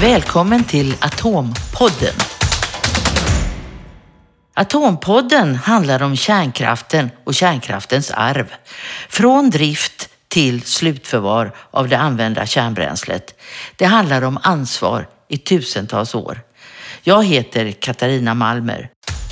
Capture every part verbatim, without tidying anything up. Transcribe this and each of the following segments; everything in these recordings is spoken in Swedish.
Välkommen till Atompodden. Atompodden handlar om kärnkraften och kärnkraftens arv. Från drift till slutförvar av det använda kärnbränslet. Det handlar om ansvar i tusentals år. Jag heter Katarina Malmer.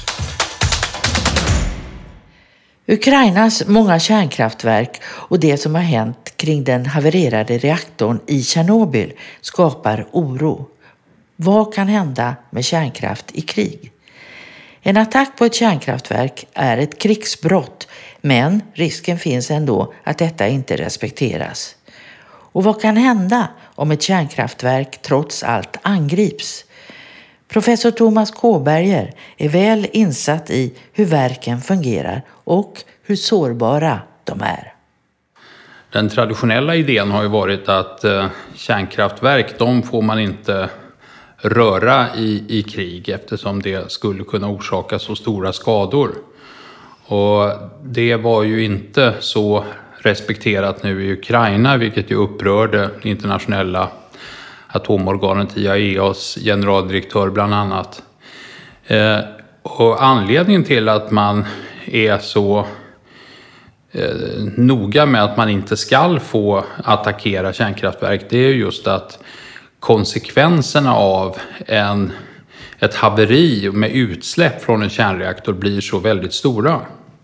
Ukrainas många kärnkraftverk och det som har hänt kring den havererade reaktorn i Tjernobyl skapar oro. Vad kan hända med kärnkraft i krig? En attack på ett kärnkraftverk är ett krigsbrott, men risken finns ändå att detta inte respekteras. Och vad kan hända om ett kärnkraftverk trots allt angrips? Professor Thomas Kåberger är väl insatt i hur verken fungerar och hur sårbara de är. Den traditionella idén har ju varit att eh, kärnkraftverk, de får man inte röra i, i krig eftersom det skulle kunna orsaka så stora skador. Och det var ju inte så respekterat nu i Ukraina, vilket ju upprörde internationella atomorganet I A E A:s generaldirektör bland annat. Eh, och anledningen till att man är så eh, noga med att man inte ska få attackera kärnkraftverk, det är just att konsekvenserna av en, ett haveri med utsläpp från en kärnreaktor blir så väldigt stora.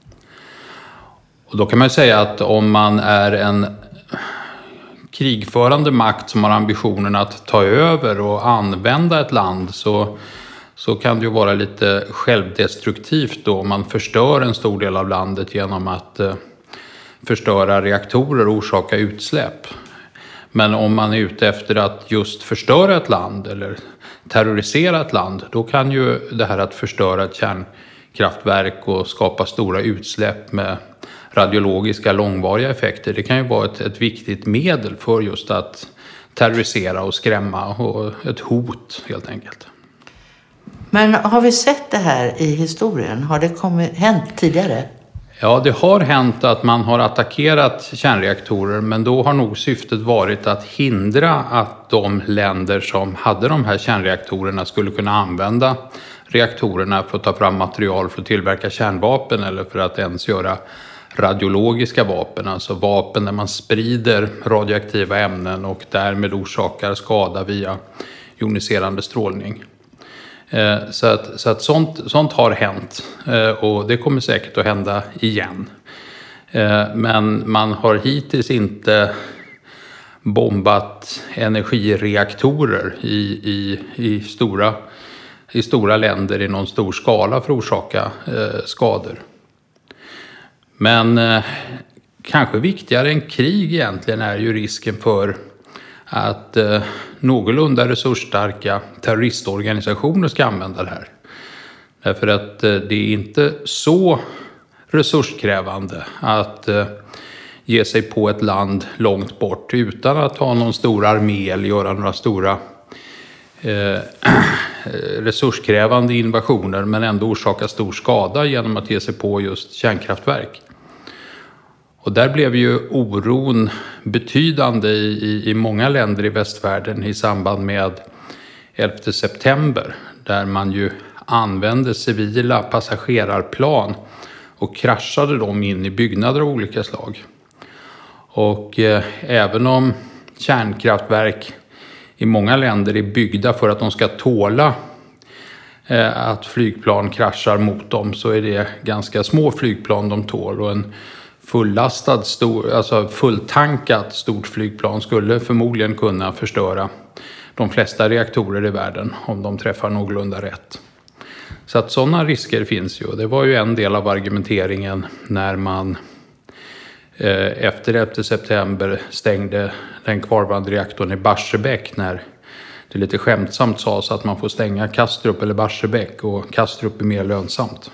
Och då kan man säga att om man är en krigförande makt som har ambitionen att ta över och använda ett land, så, så kan det ju vara lite självdestruktivt då om man förstör en stor del av landet genom att eh, förstöra reaktorer och orsaka utsläpp. Men om man är ute efter att just förstöra ett land eller terrorisera ett land, då kan ju det här att förstöra ett kärnkraftverk och skapa stora utsläpp med radiologiska långvariga effekter, det kan ju vara ett, ett viktigt medel för just att terrorisera och skrämma, och ett hot helt enkelt. Men har vi sett det här i historien? Har det kommit, hänt tidigare? Ja, det har hänt att man har attackerat kärnreaktorer, men då har nog syftet varit att hindra att de länder som hade de här kärnreaktorerna skulle kunna använda reaktorerna för att ta fram material för att tillverka kärnvapen eller för att ens göra radiologiska vapen, alltså vapen där man sprider radioaktiva ämnen och därmed orsakar skada via joniserande strålning. Så att, så att sånt, sånt har hänt, och det kommer säkert att hända igen. Men man har hittills inte bombat energireaktorer i, i, i, stora, i stora länder i någon stor skala för att orsaka skador. Men eh, kanske viktigare än krig egentligen är ju risken för att eh, någorlunda resursstarka terroristorganisationer ska använda det här. Därför att eh, det är inte så resurskrävande att eh, ge sig på ett land långt bort utan att ha någon stor armé eller göra några stora eh, resurskrävande invasioner, men ändå orsaka stor skada genom att ge sig på just kärnkraftverk. Och där blev ju oron betydande i, i, i många länder i västvärlden i samband med elfte september, där man ju använde civila passagerarplan och kraschade dem in i byggnader av olika slag. Och eh, även om kärnkraftverk i många länder är byggda för att de ska tåla eh, att flygplan kraschar mot dem, så är det ganska små flygplan de tål, och en fullastad, stor, alltså fulltankat stort flygplan skulle förmodligen kunna förstöra de flesta reaktorer i världen om de träffar någorlunda rätt. Så att sådana risker finns ju. Det var ju en del av argumenteringen när man eh, efter elfte september stängde den kvarvarande reaktorn i Barsebäck, när det lite skämtsamt sades att man får stänga Kastrup eller Barsebäck, och Kastrup är mer lönsamt.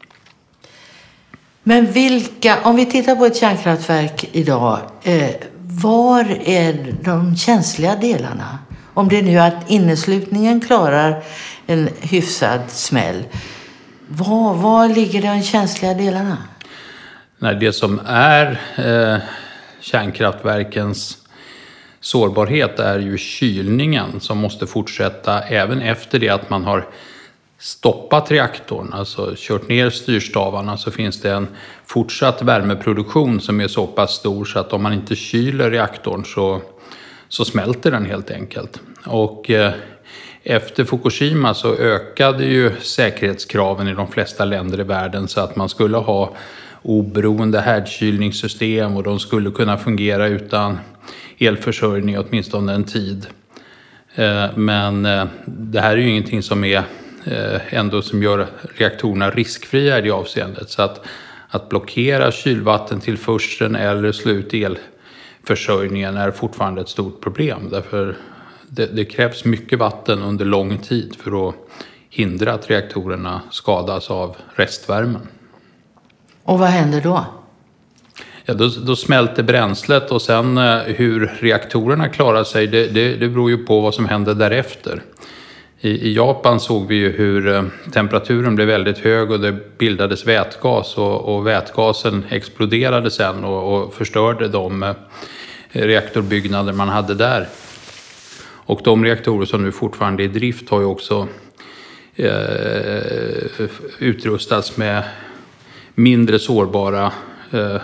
Men vilka, om vi tittar på ett kärnkraftverk idag, eh, var är de känsliga delarna? Om det nu är att inneslutningen klarar en hyfsad smäll, var, var ligger de känsliga delarna? Nej, det som är eh, kärnkraftverkens sårbarhet är ju kylningen som måste fortsätta även efter det att man har stoppat reaktorn, alltså kört ner styrstavarna, så finns det en fortsatt värmeproduktion som är så pass stor så att om man inte kyler reaktorn så, så smälter den helt enkelt. Och eh, efter Fukushima så ökade ju säkerhetskraven i de flesta länder i världen så att man skulle ha oberoende härdkylningssystem och de skulle kunna fungera utan elförsörjning åtminstone en tid. Eh, men eh, det här är ju ingenting som är ändå som gör reaktorerna riskfria i det avseendet. Så att, att blockera kylvattentillförseln eller slå ut elförsörjningen är fortfarande ett stort problem. Därför det, det krävs mycket vatten under lång tid för att hindra att reaktorerna skadas av restvärmen. Och vad händer då? Ja, då, då smälter bränslet och sen hur reaktorerna klarar sig, det, det, det beror ju på vad som händer därefter. I Japan såg vi ju hur temperaturen blev väldigt hög och det bildades vätgas och, och vätgasen exploderade sen och, och förstörde de reaktorbyggnader man hade där. Och de reaktorer som nu fortfarande är i drift har ju också eh, utrustats med mindre sårbara eh,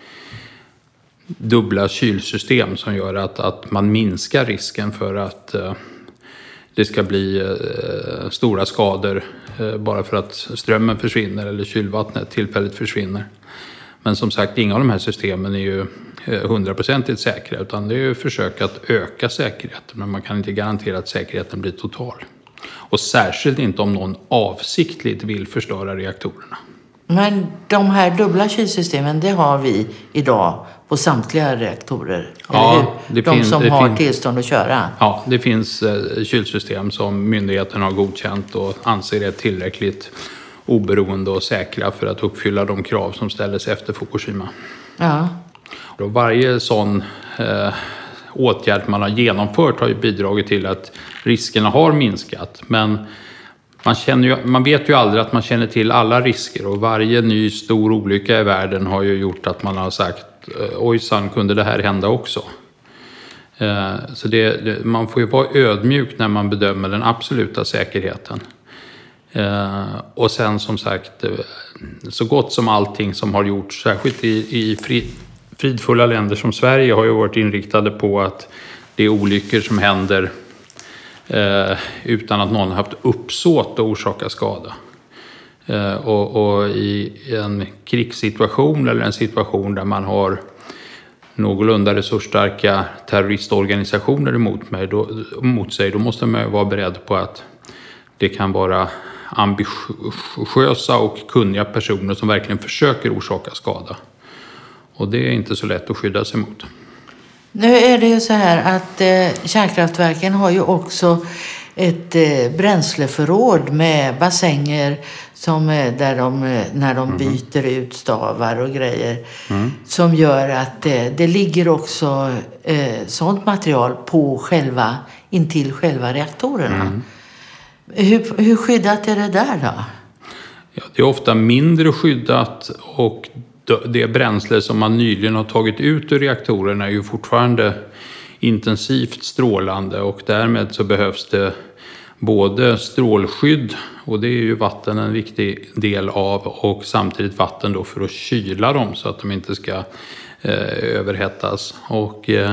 dubbla kylsystem som gör att, att man minskar risken för att eh, det ska bli eh, stora skador eh, bara för att strömmen försvinner eller kylvattnet tillfälligt försvinner. Men som sagt, inga av de här systemen är ju hundraprocentigt säkra utan det är ju försök att öka säkerheten, men man kan inte garantera att säkerheten blir total. Och särskilt inte om någon avsiktligt vill förstöra reaktorerna. Men de här dubbla kylsystemen, det har vi idag på samtliga reaktorer, ja, eller hur? Det de finns, som det har finns, tillstånd att köra. Ja, det finns eh, kylsystem som myndigheten har godkänt och anser är tillräckligt oberoende och säkra för att uppfylla de krav som ställdes efter Fukushima. Ja. Och varje sån eh, åtgärd man har genomfört har ju bidragit till att riskerna har minskat, men Man, känner ju, man vet ju aldrig att man känner till alla risker och varje ny stor olycka i världen har ju gjort att man har sagt ojsan, kunde det här hända också? Eh, så det, det, man får ju vara ödmjuk när man bedömer den absoluta säkerheten. Eh, och sen som sagt, så gott som allting som har gjorts, särskilt i, i fri, fridfulla länder som Sverige, har ju varit inriktade på att det är olyckor som händer Eh, utan att någon har haft uppsåt att orsaka skada. Eh, och, och i en krigssituation eller en situation där man har någorlunda resursstarka terroristorganisationer emot, mig, då, emot sig, då måste man vara beredd på att det kan vara ambitiösa och kunniga personer som verkligen försöker orsaka skada. Och det är inte så lätt att skydda sig mot. Nu är det ju så här att eh, kärnkraftverken har ju också ett eh, bränsleförråd med bassänger som, eh, där de, eh, när de mm. byter ut stavar och grejer. Mm. Som gör att eh, det ligger också eh, sånt material på själva, intill själva reaktorerna. Mm. Hur, hur skyddat är det där då? Ja, det är ofta mindre skyddat och det bränsle som man nyligen har tagit ut ur reaktorerna är ju fortfarande intensivt strålande och därmed så behövs det både strålskydd, och det är ju vatten en viktig del av, och samtidigt vatten då för att kyla dem så att de inte ska eh, överhettas. Och eh,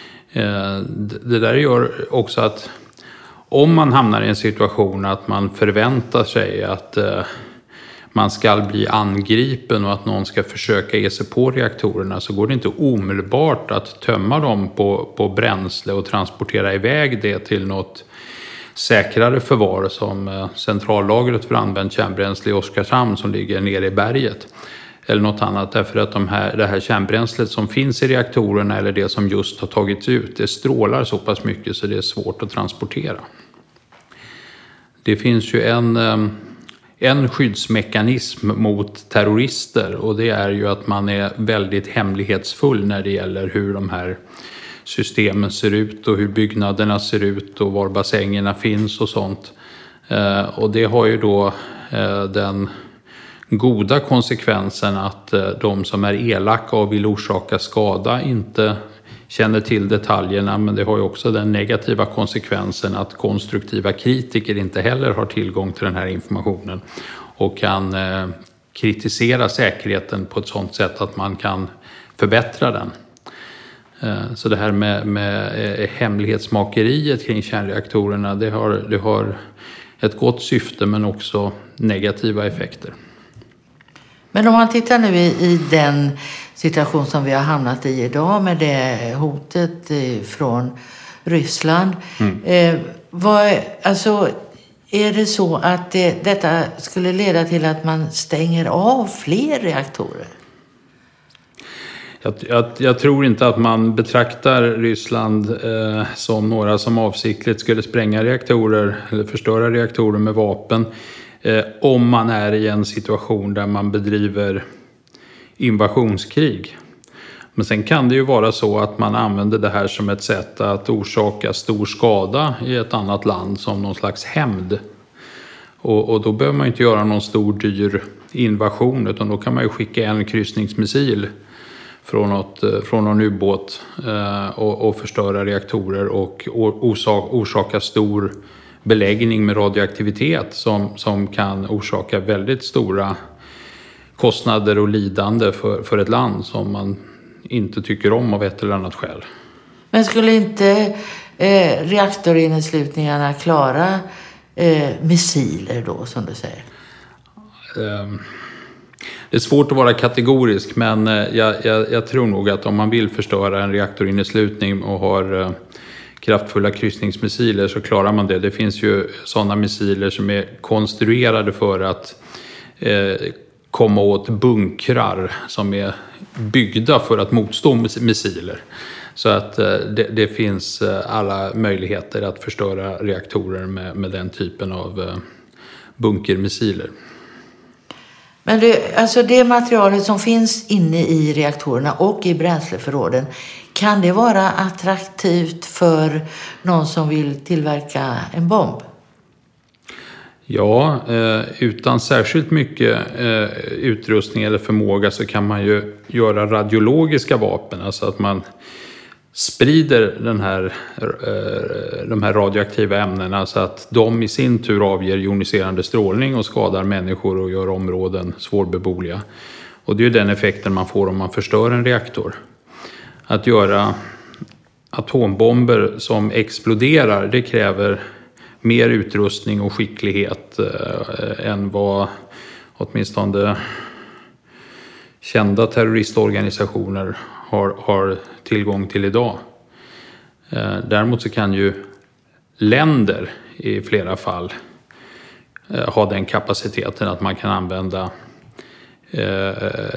det där gör också att om man hamnar i en situation att man förväntar sig att eh, man ska bli angripen och att någon ska försöka ge sig på reaktorerna, så går det inte omedelbart att tömma dem på, på bränsle och transportera iväg det till något säkrare förvar som centrallagret för använt kärnbränsle i Oskarshamn som ligger nere i berget. Eller något annat, därför att de här, det här kärnbränslet som finns i reaktorerna eller det som just har tagits ut, det strålar så pass mycket så det är svårt att transportera. Det finns ju en... En skyddsmekanism mot terrorister, och det är ju att man är väldigt hemlighetsfull när det gäller hur de här systemen ser ut och hur byggnaderna ser ut och var bassängerna finns och sånt. Och det har ju då den goda konsekvensen att de som är elaka och vill orsaka skada inte känner till detaljerna, men det har ju också den negativa konsekvensen att konstruktiva kritiker inte heller har tillgång till den här informationen och kan eh, kritisera säkerheten på ett sådant sätt att man kan förbättra den. Eh, så det här med, med eh, hemlighetsmakeriet kring kärnreaktorerna, det har, det har ett gott syfte men också negativa effekter. Men om man tittar nu i, i den situation som vi har hamnat i idag med det hotet från Ryssland. Mm. Eh, vad, alltså, är det så att det, detta skulle leda till att man stänger av fler reaktorer? Jag, jag, jag tror inte att man betraktar Ryssland eh, som några som avsiktligt skulle spränga reaktorer eller förstöra reaktorer med vapen. Eh, om man är i en situation där man bedriver invasionskrig. Men sen kan det ju vara så att man använder det här som ett sätt att orsaka stor skada i ett annat land som någon slags hämnd. Och, och då behöver man inte göra någon stor dyr invasion, utan då kan man ju skicka en kryssningsmissil från, något, från någon ubåt eh, och, och förstöra reaktorer och orsak, orsaka stor beläggning med radioaktivitet som, som kan orsaka väldigt stora kostnader och lidande för, för ett land som man inte tycker om av ett eller annat skäl. Men skulle inte eh, reaktorinneslutningarna klara eh, missiler då, som du säger? Um, det är svårt att vara kategorisk, men eh, jag, jag, jag tror nog att om man vill förstöra en reaktorinneslutning och har eh, kraftfulla kryssningsmissiler så klarar man det. Det finns ju sådana missiler som är konstruerade för att eh, komma åt bunkrar som är byggda för att motstå missiler. Så att eh, det, det finns alla möjligheter att förstöra reaktorer med, med den typen av eh, bunkermissiler. Men det, alltså det materialet som finns inne i reaktorerna och i bränsleförråden, kan det vara attraktivt för någon som vill tillverka en bomb? Ja, eh, utan särskilt mycket eh, utrustning eller förmåga så kan man ju göra radiologiska vapen. Alltså att man sprider den här, eh, de här radioaktiva ämnena så att de i sin tur avger joniserande strålning och skadar människor och gör områden svårbeboliga. Och det är ju den effekten man får om man förstör en reaktor. Att göra atombomber som exploderar, det kräver mer utrustning och skicklighet eh, än vad åtminstone kända terroristorganisationer har, har tillgång till idag. Eh, däremot så kan ju länder i flera fall eh, ha den kapaciteten att man kan använda eh,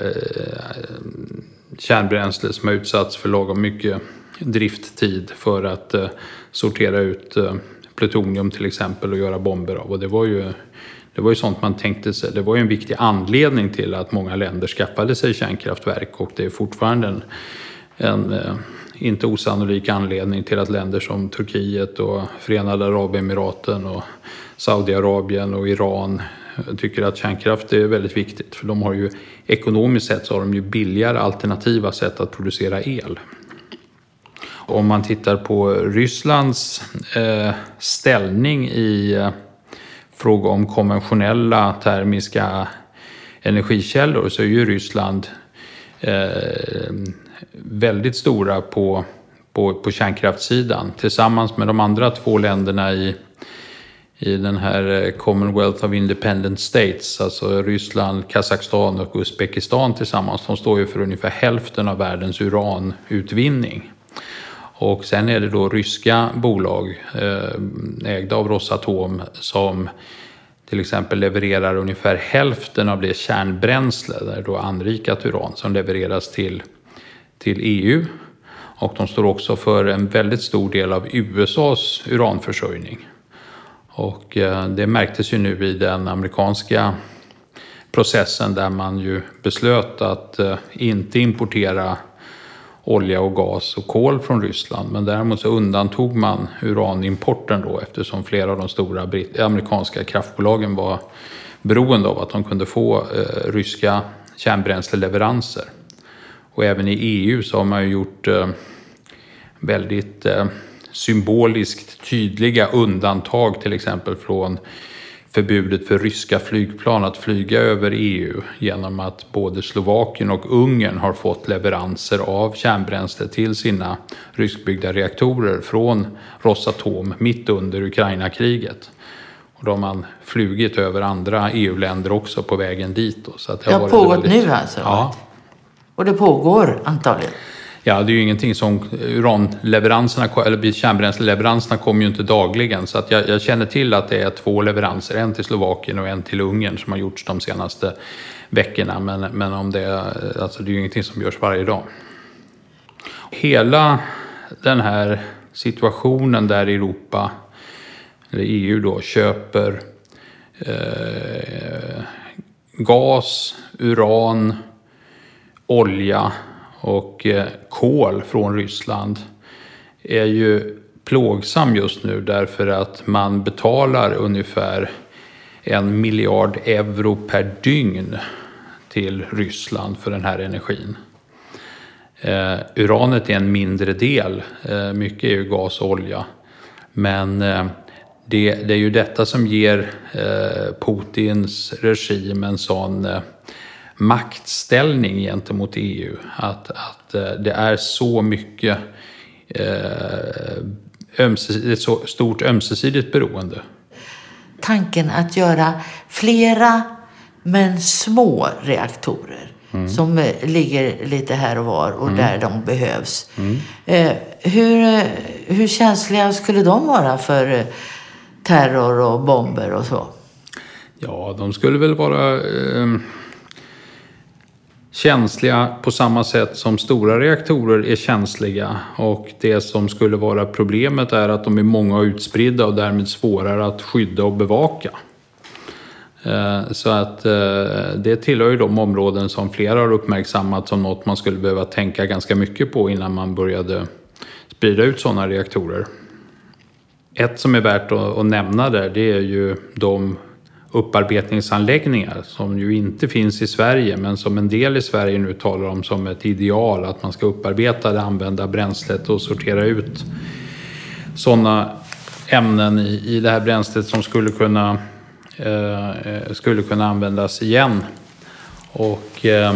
kärnbränsle som har utsatts för lagom mycket drifttid för att eh, sortera ut eh, plutonium till exempel och göra bomber av. Och det var ju, det var ju sånt man tänkte sig. Det var ju en viktig anledning till att många länder skaffade sig kärnkraftverk, och det är fortfarande en, en eh, inte osannolik anledning till att länder som Turkiet och Förenade Arabemiraten och Saudiarabien och Iran tycker att kärnkraft är väldigt viktigt. För de har ju ekonomiskt sett så har de ju billigare alternativa sätt att producera el. Om man tittar på Rysslands eh, ställning i eh, fråga om konventionella termiska energikällor, så är ju Ryssland eh, väldigt stora på, på, på kärnkraftssidan. Tillsammans med de andra två länderna i, i den här Commonwealth of Independent States, alltså Ryssland, Kazakstan och Uzbekistan tillsammans, de står ju för ungefär hälften av världens uranutvinning. Och sen är det då ryska bolag ägda av Rosatom som till exempel levererar ungefär hälften av det kärnbränsle, där då anrikat uran, som levereras till, till E U. Och de står också för en väldigt stor del av U S A:s uranförsörjning. Och det märktes ju nu i den amerikanska processen där man ju beslöt att inte importera olja och gas och kol från Ryssland. Men däremot så undantog man uranimporten då, eftersom flera av de stora amerikanska kraftbolagen var beroende av att de kunde få eh, ryska kärnbränsleleveranser. Och även i E U så har man ju gjort eh, väldigt eh, symboliskt tydliga undantag, till exempel från förbudet för ryska flygplan att flyga över E U, genom att både Slovakien och Ungern har fått leveranser av kärnbränsle till sina ryskbyggda reaktorer från Rosatom mitt under Ukraina-kriget. Och då har man flugit över andra E U-länder också på vägen dit. Då, så att det har, har det har pågått väldigt... nu alltså? Ja. Och det pågår antagligen? Ja, det är ju ingenting som uranleveranserna eller kärnbränsleleveranserna kommer ju inte dagligen. Så att jag, jag känner till att det är två leveranser, en till Slovakien och en till Ungern som har gjorts de senaste veckorna. Men, men om det, alltså det är ju ingenting som görs varje dag. Hela den här situationen där Europa, eller E U då, köper eh, gas, uran, olja och eh, kol från Ryssland är ju plågsam just nu, därför att man betalar ungefär en miljard euro per dygn till Ryssland för den här energin. Eh, uranet är en mindre del, eh, mycket är ju gas och olja, men eh, det, det är ju detta som ger eh, Putins regim en sån eh, maktställning gentemot E U, att, att det är så mycket eh, ömses, ett så stort ömsesidigt beroende. Tanken att göra flera men små reaktorer mm. som ligger lite här och var och mm. där de behövs. Mm. Eh, hur, hur känsliga skulle de vara för terror och bomber och så? Ja, de skulle väl vara eh, känsliga på samma sätt som stora reaktorer är känsliga, och det som skulle vara problemet är att de är många och utspridda och därmed svårare att skydda och bevaka. Så att det tillhör ju de områden som flera har uppmärksammat som något man skulle behöva tänka ganska mycket på innan man började sprida ut sådana reaktorer. Ett som är värt att nämna där, det är ju de upparbetningsanläggningar som ju inte finns i Sverige, men som en del i Sverige nu talar om som ett ideal, att man ska upparbeta det använda bränslet och sortera ut sådana ämnen i, i det här bränslet som skulle kunna, eh, skulle kunna användas igen. Och eh,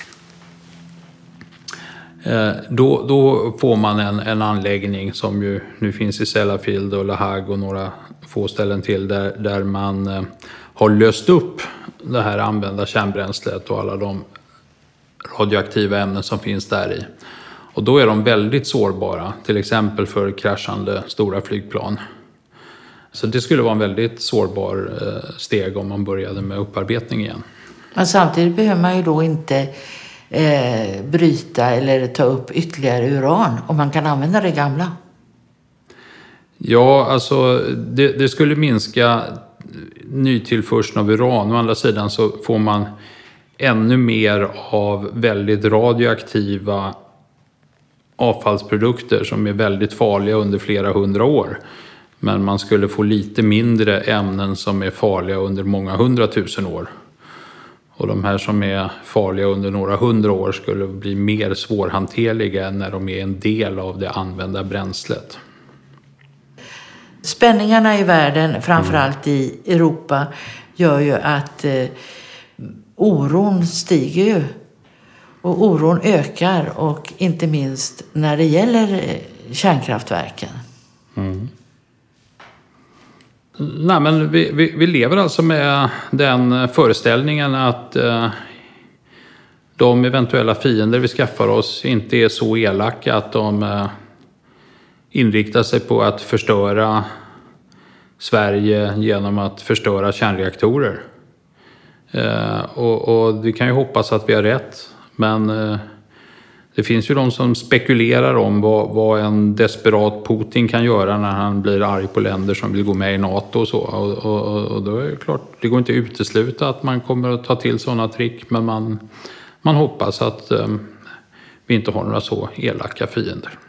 då, då får man en, en anläggning som ju nu finns i Sellafield och La Hague och några få ställen till, där, där man eh, har löst upp det här använda kärnbränslet och alla de radioaktiva ämnen som finns där i. Och då är de väldigt sårbara, till exempel för kraschande stora flygplan. Så det skulle vara en väldigt sårbar eh, steg om man började med upparbetning igen. Men samtidigt behöver man ju då inte eh, bryta eller ta upp ytterligare uran om man kan använda det gamla. Ja, alltså det, det skulle minska nytillförseln av uran. Å andra sidan så får man ännu mer av väldigt radioaktiva avfallsprodukter som är väldigt farliga under flera hundra år. Men man skulle få lite mindre ämnen som är farliga under många hundratusen år. Och de här som är farliga under några hundra år skulle bli mer svårhanterliga när de är en del av det använda bränslet. Spänningarna i världen, framförallt i Europa, gör ju att eh, oron stiger ju. Och oron ökar, och inte minst när det gäller eh, kärnkraftverken. Mm. Nej, men vi, vi, vi lever alltså med den föreställningen att eh, de eventuella fiender vi skaffar oss inte är så elaka att de eh, inriktar sig på att förstöra Sverige genom att förstöra kärnreaktorer. Eh, och, och vi kan ju hoppas att vi har rätt, men eh, det finns ju de som spekulerar om vad, vad en desperat Putin kan göra när han blir arg på länder som vill gå med i NATO och så. Och, och, och då är det klart, det går inte att utesluta att man kommer att ta till sådana trick, men man, man hoppas att eh, vi inte har några så elaka fiender.